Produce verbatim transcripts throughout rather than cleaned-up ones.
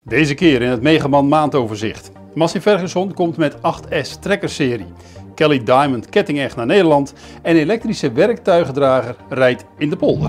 Deze keer in het Megaman maandoverzicht. Massey Ferguson komt met acht S trekkerserie. Kelly Diamond ketting-echt naar Nederland en elektrische werktuigendrager rijdt in de polder.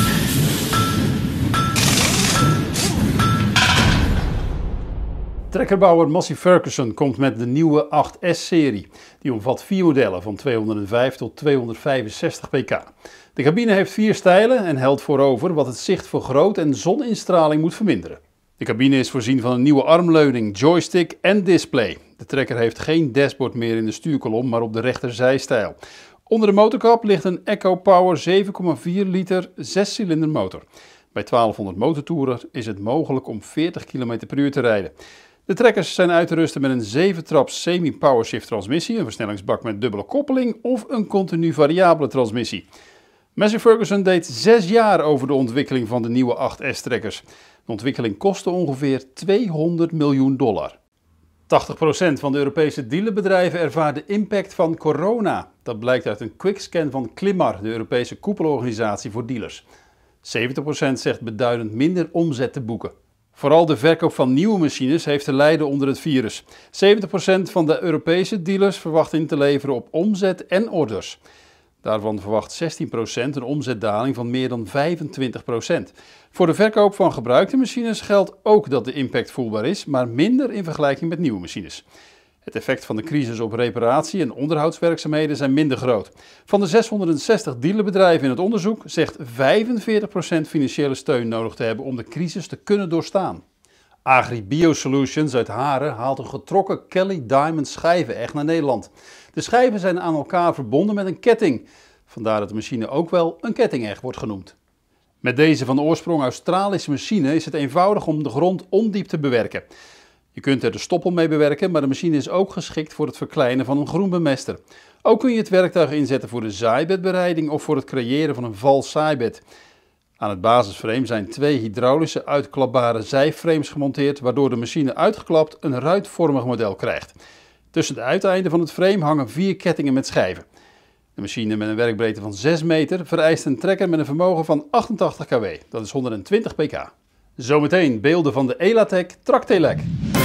Trekkerbouwer Massey Ferguson komt met de nieuwe acht S serie. Die omvat vier modellen van tweehonderdvijf tot tweehonderdvijfenzestig pk. De cabine heeft vier stijlen en helpt voorover wat het zicht voor groot- en zoninstraling moet verminderen. De cabine is voorzien van een nieuwe armleuning, joystick en display. De trekker heeft geen dashboard meer in de stuurkolom, maar op de rechterzijstijl. Onder de motorkap ligt een EcoPower zeven komma vier liter zescilinder motor. Bij twaalfhonderd motortoeren is het mogelijk om veertig kilometer per uur te rijden. De trekkers zijn uit te rusten met een zeven traps semi-powershift transmissie, een versnellingsbak met dubbele koppeling of een continu variabele transmissie. Massey Ferguson deed zes jaar over de ontwikkeling van de nieuwe acht S trekkers. De ontwikkeling kostte ongeveer tweehonderd miljoen dollar. tachtig procent van de Europese dealerbedrijven ervaart de impact van corona. Dat blijkt uit een quickscan van Climar, de Europese koepelorganisatie voor dealers. zeventig procent zegt beduidend minder omzet te boeken. Vooral de verkoop van nieuwe machines heeft te lijden onder het virus. zeventig procent van de Europese dealers verwacht in te leveren op omzet en orders. Daarvan verwacht zestien procent een omzetdaling van meer dan vijfentwintig procent. Voor de verkoop van gebruikte machines geldt ook dat de impact voelbaar is, maar minder in vergelijking met nieuwe machines. Het effect van de crisis op reparatie- en onderhoudswerkzaamheden zijn minder groot. Van de zeshonderdzestig dealerbedrijven in het onderzoek zegt vijfenveertig procent financiële steun nodig te hebben om de crisis te kunnen doorstaan. Agri-Bio Solutions uit Haren haalt een getrokken Kelly Diamond schijven echt naar Nederland. De schijven zijn aan elkaar verbonden met een ketting. Vandaar dat de machine ook wel een ketting-echt wordt genoemd. Met deze van oorsprong Australische machine is het eenvoudig om de grond ondiep te bewerken. Je kunt er de stoppel mee bewerken, maar de machine is ook geschikt voor het verkleinen van een groenbemester. Ook kun je het werktuig inzetten voor de zaaibedbereiding of voor het creëren van een vals zaaibed. Aan het basisframe zijn twee hydraulische uitklapbare zijframes gemonteerd, waardoor de machine uitgeklapt een ruitvormig model krijgt. Tussen de uiteinden van het frame hangen vier kettingen met schijven. De machine met een werkbreedte van zes meter vereist een trekker met een vermogen van achtentachtig kilowatt, dat is honderdtwintig pk. Zometeen beelden van de Elatec Tractelec.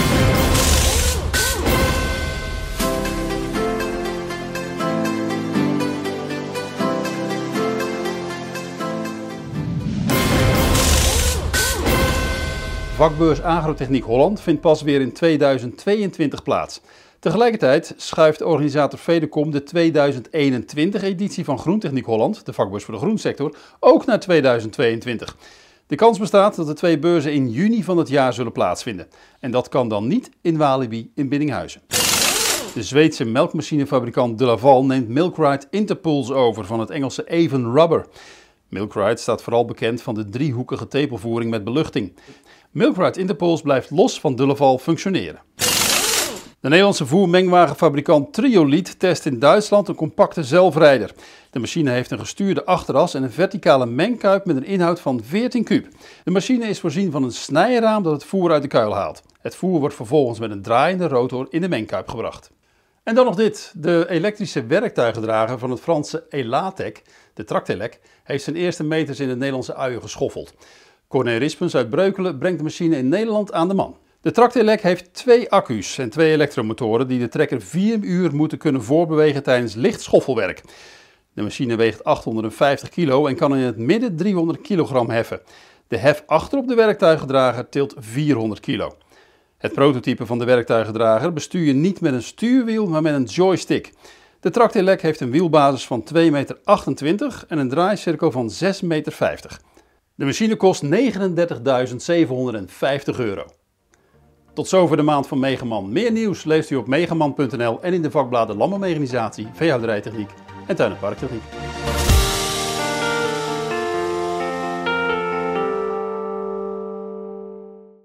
Vakbeurs Agrotechniek Holland vindt pas weer in tweeduizend tweeëntwintig plaats. Tegelijkertijd schuift organisator Fedecom de tweeduizend eenentwintig editie van Groentechniek Holland, de vakbeurs voor de groensector, ook naar tweeduizend tweeëntwintig. De kans bestaat dat de twee beurzen in juni van het jaar zullen plaatsvinden. En dat kan dan niet in Walibi in Biddinghuizen. De Zweedse melkmachinefabrikant De Laval neemt Milkrite Interpulse over van het Engelse Avon Rubber. Milkrite staat vooral bekend van de driehoekige tepelvoering met beluchting. Milkrite Interpulse blijft los van De Laval functioneren. De Nederlandse voermengwagenfabrikant Triolite test in Duitsland een compacte zelfrijder. De machine heeft een gestuurde achteras en een verticale mengkuip met een inhoud van veertien kuub. De machine is voorzien van een snijraam dat het voer uit de kuil haalt. Het voer wordt vervolgens met een draaiende rotor in de mengkuip gebracht. En dan nog dit. De elektrische werktuigendrager van het Franse Elatec, de Tractelec, heeft zijn eerste meters in het Nederlandse uien geschoffeld. Corné Rispens uit Breukelen brengt de machine in Nederland aan de man. De Tractelec heeft twee accu's en twee elektromotoren die de trekker vier uur moeten kunnen voorbewegen tijdens licht schoffelwerk. De machine weegt achthonderdvijftig kilo en kan in het midden driehonderd kilogram heffen. De hef achter op de werktuigendrager tilt vierhonderd kilo. Het prototype van de werktuigendrager bestuur je niet met een stuurwiel, maar met een joystick. De Tractelec heeft een wielbasis van twee meter achtentwintig en een draaicirkel van zes meter vijftig. De machine kost negenendertigduizend zevenhonderdvijftig euro. Tot zover de maand van Megaman. Meer nieuws leest u op megaman punt n l en in de vakbladen Landbouwmechanisatie, Veehouderijtechniek en Tuin- en Parktechniek.